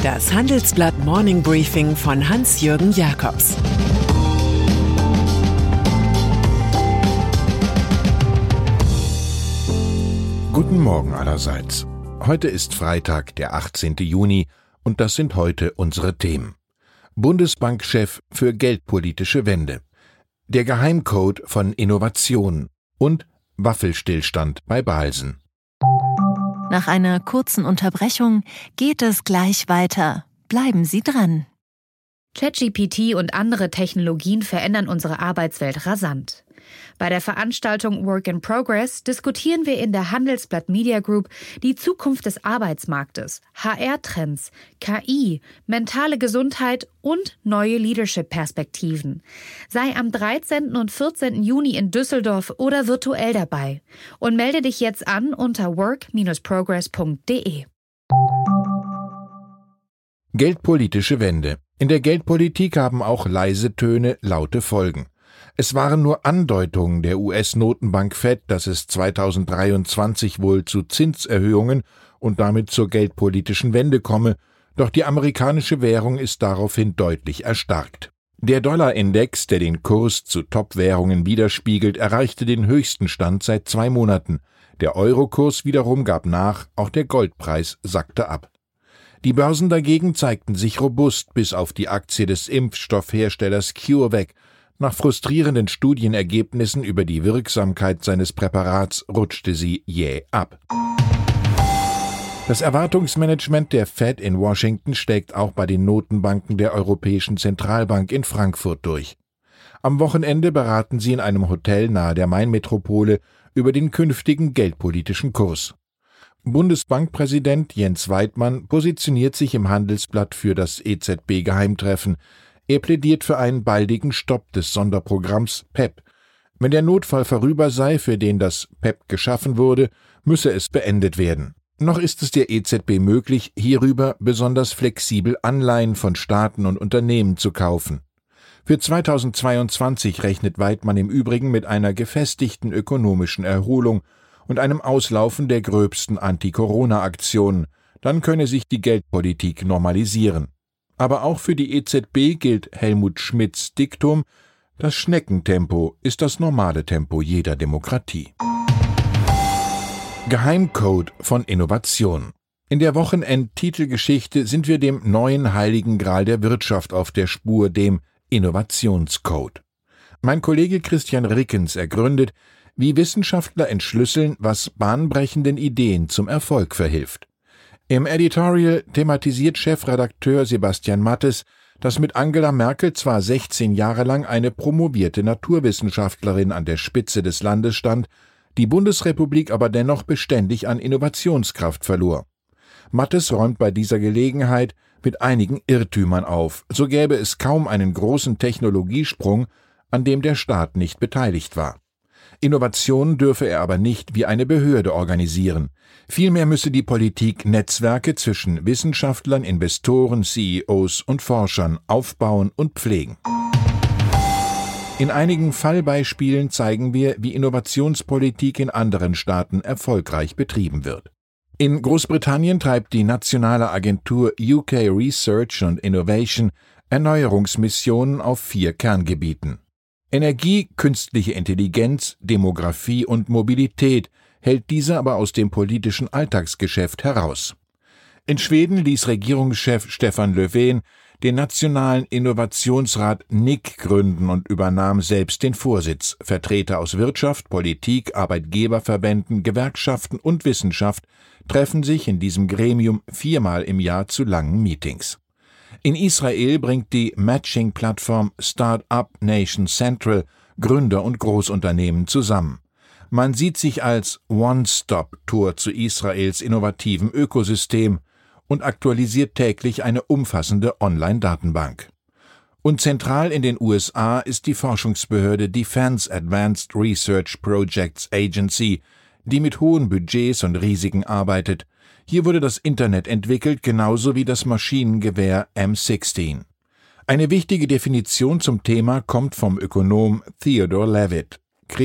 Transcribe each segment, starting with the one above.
Das Handelsblatt Morning Briefing von Hans-Jürgen Jakobs. Guten Morgen allerseits. Heute ist Freitag, der 18. Juni, und das sind heute unsere Themen. Bundesbankchef für geldpolitische Wende, der Geheimcode von Innovation und Waffelstillstand bei Balsen. Nach einer kurzen Unterbrechung geht es gleich weiter. Bleiben Sie dran. ChatGPT und andere Technologien verändern unsere Arbeitswelt rasant. Bei der Veranstaltung Work in Progress diskutieren wir in der Handelsblatt Media Group die Zukunft des Arbeitsmarktes, HR-Trends, KI, mentale Gesundheit und neue Leadership-Perspektiven. Sei am 13. und 14. Juni in Düsseldorf oder virtuell dabei und melde dich jetzt an unter work-progress.de. Geldpolitische Wende. In der Geldpolitik haben auch leise Töne laute Folgen. Es waren nur Andeutungen der US-Notenbank Fed, dass es 2023 wohl zu Zinserhöhungen und damit zur geldpolitischen Wende komme, doch die amerikanische Währung ist daraufhin deutlich erstarkt. Der Dollarindex, der den Kurs zu Top-Währungen widerspiegelt, erreichte den höchsten Stand seit 2 Monaten. Der Eurokurs wiederum gab nach, auch der Goldpreis sackte ab. Die Börsen dagegen zeigten sich robust, bis auf die Aktie des Impfstoffherstellers CureVac. Nach frustrierenden Studienergebnissen über die Wirksamkeit seines Präparats rutschte sie jäh ab. Das Erwartungsmanagement der Fed in Washington schlägt auch bei den Notenbanken der Europäischen Zentralbank in Frankfurt durch. Am Wochenende beraten sie in einem Hotel nahe der Mainmetropole über den künftigen geldpolitischen Kurs. Bundesbankpräsident Jens Weidmann positioniert sich im Handelsblatt für das EZB-Geheimtreffen. Er plädiert für einen baldigen Stopp des Sonderprogramms PEPP. Wenn der Notfall vorüber sei, für den das PEPP geschaffen wurde, müsse es beendet werden. Noch ist es der EZB möglich, hierüber besonders flexibel Anleihen von Staaten und Unternehmen zu kaufen. Für 2022 rechnet Weidmann im Übrigen mit einer gefestigten ökonomischen Erholung und einem Auslaufen der gröbsten Anti-Corona-Aktionen. Dann könne sich die Geldpolitik normalisieren. Aber auch für die EZB gilt Helmut Schmidts Diktum: Das Schneckentempo ist das normale Tempo jeder Demokratie. Geheimcode von Innovation. In der Wochenend-Titelgeschichte sind wir dem neuen heiligen Gral der Wirtschaft auf der Spur, dem Innovationscode. Mein Kollege Christian Rickens ergründet, wie Wissenschaftler entschlüsseln, was bahnbrechenden Ideen zum Erfolg verhilft. Im Editorial thematisiert Chefredakteur Sebastian Mattes, dass mit Angela Merkel zwar 16 Jahre lang eine promovierte Naturwissenschaftlerin an der Spitze des Landes stand, die Bundesrepublik aber dennoch beständig an Innovationskraft verlor. Mattes räumt bei dieser Gelegenheit mit einigen Irrtümern auf. So gäbe es kaum einen großen Technologiesprung, an dem der Staat nicht beteiligt war. Innovation dürfe er aber nicht wie eine Behörde organisieren. Vielmehr müsse die Politik Netzwerke zwischen Wissenschaftlern, Investoren, CEOs und Forschern aufbauen und pflegen. In einigen Fallbeispielen zeigen wir, wie Innovationspolitik in anderen Staaten erfolgreich betrieben wird. In Großbritannien treibt die nationale Agentur UK Research and Innovation Erneuerungsmissionen auf 4 Kerngebieten. Energie, künstliche Intelligenz, Demografie und Mobilität hält diese aber aus dem politischen Alltagsgeschäft heraus. In Schweden ließ Regierungschef Stefan Löfven den nationalen Innovationsrat NIC gründen und übernahm selbst den Vorsitz. Vertreter aus Wirtschaft, Politik, Arbeitgeberverbänden, Gewerkschaften und Wissenschaft treffen sich in diesem Gremium 4-mal im Jahr zu langen Meetings. In Israel bringt die Matching-Plattform Startup Nation Central Gründer und Großunternehmen zusammen. Man sieht sich als One-Stop-Tour zu Israels innovativem Ökosystem und aktualisiert täglich eine umfassende Online-Datenbank. Und zentral in den USA ist die Forschungsbehörde Defense Advanced Research Projects Agency, die mit hohen Budgets und Risiken arbeitet. Hier wurde das Internet entwickelt, genauso wie das Maschinengewehr M16. Eine wichtige Definition zum Thema kommt vom Ökonom Theodore Levitt.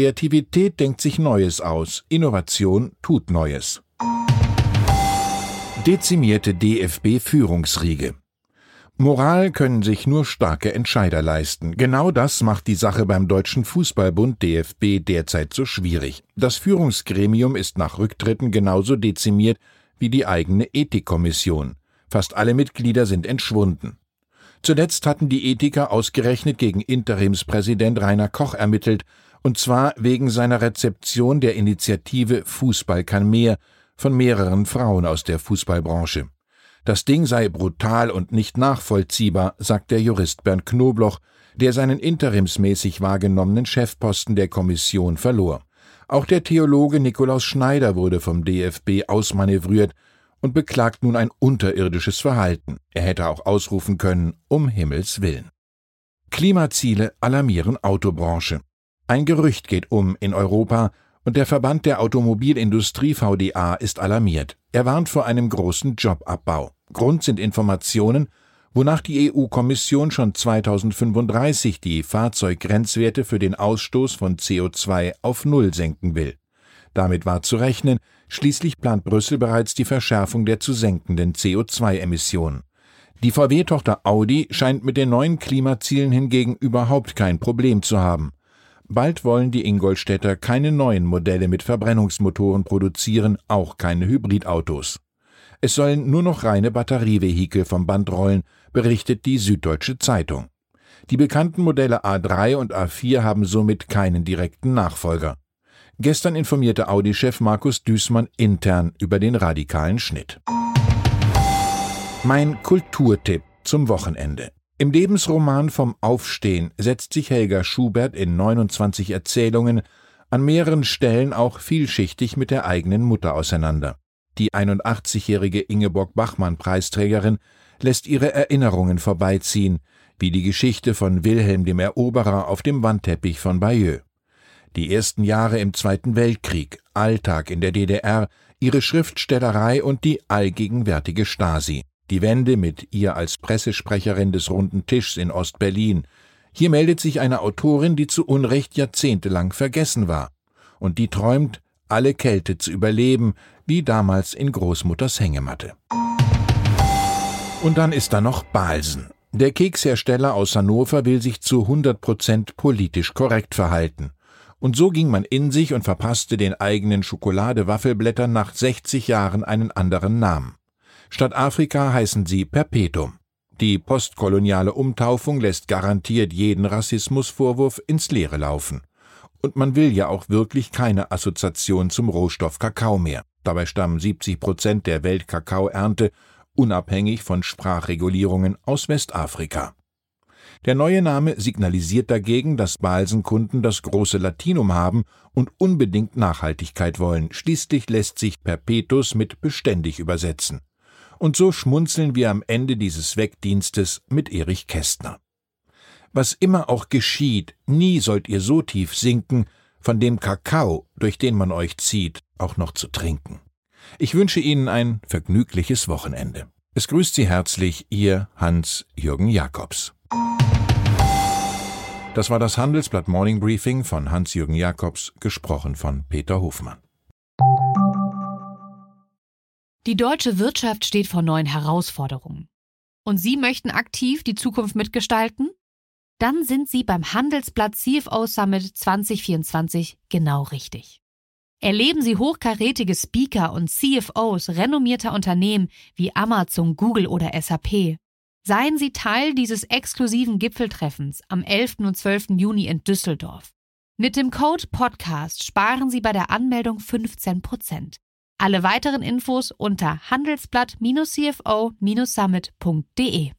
Kreativität denkt sich Neues aus, Innovation tut Neues. Dezimierte DFB-Führungsriege. Moral können sich nur starke Entscheider leisten. Genau das macht die Sache beim Deutschen Fußballbund DFB derzeit so schwierig. Das Führungsgremium ist nach Rücktritten genauso dezimiert wie die eigene Ethikkommission. Fast alle Mitglieder sind entschwunden. Zuletzt hatten die Ethiker ausgerechnet gegen Interimspräsident Rainer Koch ermittelt, und zwar wegen seiner Rezeption der Initiative Fußball kann mehr von mehreren Frauen aus der Fußballbranche. Das Ding sei brutal und nicht nachvollziehbar, sagt der Jurist Bernd Knobloch, der seinen interimsmäßig wahrgenommenen Chefposten der Kommission verlor. Auch der Theologe Nikolaus Schneider wurde vom DFB ausmanövriert und beklagt nun ein unterirdisches Verhalten. Er hätte auch ausrufen können, um Himmels Willen. Klimaziele alarmieren Autobranche. Ein Gerücht geht in Europa, und der Verband der Automobilindustrie VDA ist alarmiert. Er warnt vor einem großen Jobabbau. Grund sind Informationen, wonach die EU-Kommission schon 2035 die Fahrzeuggrenzwerte für den Ausstoß von CO2 auf Null senken will. Damit war zu rechnen, schließlich plant Brüssel bereits die Verschärfung der zu senkenden CO2-Emissionen. Die VW-Tochter Audi scheint mit den neuen Klimazielen hingegen überhaupt kein Problem zu haben. Bald wollen die Ingolstädter keine neuen Modelle mit Verbrennungsmotoren produzieren, auch keine Hybridautos. Es sollen nur noch reine Batterievehikel vom Band rollen, berichtet die Süddeutsche Zeitung. Die bekannten Modelle A3 und A4 haben somit keinen direkten Nachfolger. Gestern informierte Audi-Chef Markus Düßmann intern über den radikalen Schnitt. Mein Kulturtipp zum Wochenende. Im Lebensroman Vom Aufstehen setzt sich Helga Schubert in 29 Erzählungen an mehreren Stellen auch vielschichtig mit der eigenen Mutter auseinander. Die 81-jährige Ingeborg-Bachmann-Preisträgerin lässt ihre Erinnerungen vorbeiziehen, wie die Geschichte von Wilhelm dem Eroberer auf dem Wandteppich von Bayeux. Die ersten Jahre im Zweiten Weltkrieg, Alltag in der DDR, ihre Schriftstellerei und die allgegenwärtige Stasi. Die Wende mit ihr als Pressesprecherin des Runden Tischs in Ostberlin. Hier meldet sich eine Autorin, die zu Unrecht jahrzehntelang vergessen war und die träumt, alle Kälte zu überleben, wie damals in Großmutters Hängematte. Und dann ist da noch Balsen. Der Kekshersteller aus Hannover will sich zu 100% politisch korrekt verhalten. Und so ging man in sich und verpasste den eigenen Schokolade-Waffelblättern nach 60 Jahren einen anderen Namen. Statt Afrika heißen sie Perpetuum. Die postkoloniale Umtaufung lässt garantiert jeden Rassismusvorwurf ins Leere laufen. Und man will ja auch wirklich keine Assoziation zum Rohstoff Kakao mehr. Dabei stammen 70% der Weltkakaoernte, unabhängig von Sprachregulierungen, aus Westafrika. Der neue Name signalisiert dagegen, dass Balsenkunden das große Latinum haben und unbedingt Nachhaltigkeit wollen. Schließlich lässt sich Perpetus mit beständig übersetzen. Und so schmunzeln wir am Ende dieses Wegdienstes mit Erich Kästner. Was immer auch geschieht, nie sollt ihr so tief sinken, von dem Kakao, durch den man euch zieht, auch noch zu trinken. Ich wünsche Ihnen ein vergnügliches Wochenende. Es grüßt Sie herzlich, Ihr Hans-Jürgen Jakobs. Das war das Handelsblatt Morning Briefing von Hans-Jürgen Jakobs, gesprochen von Peter Hofmann. Die deutsche Wirtschaft steht vor neuen Herausforderungen. Und Sie möchten aktiv die Zukunft mitgestalten? Dann sind Sie beim Handelsblatt CFO Summit 2024 genau richtig. Erleben Sie hochkarätige Speaker und CFOs renommierter Unternehmen wie Amazon, Google oder SAP. Seien Sie Teil dieses exklusiven Gipfeltreffens am 11. und 12. Juni in Düsseldorf. Mit dem Code PODCAST sparen Sie bei der Anmeldung 15%. Alle weiteren Infos unter handelsblatt-cfo-summit.de.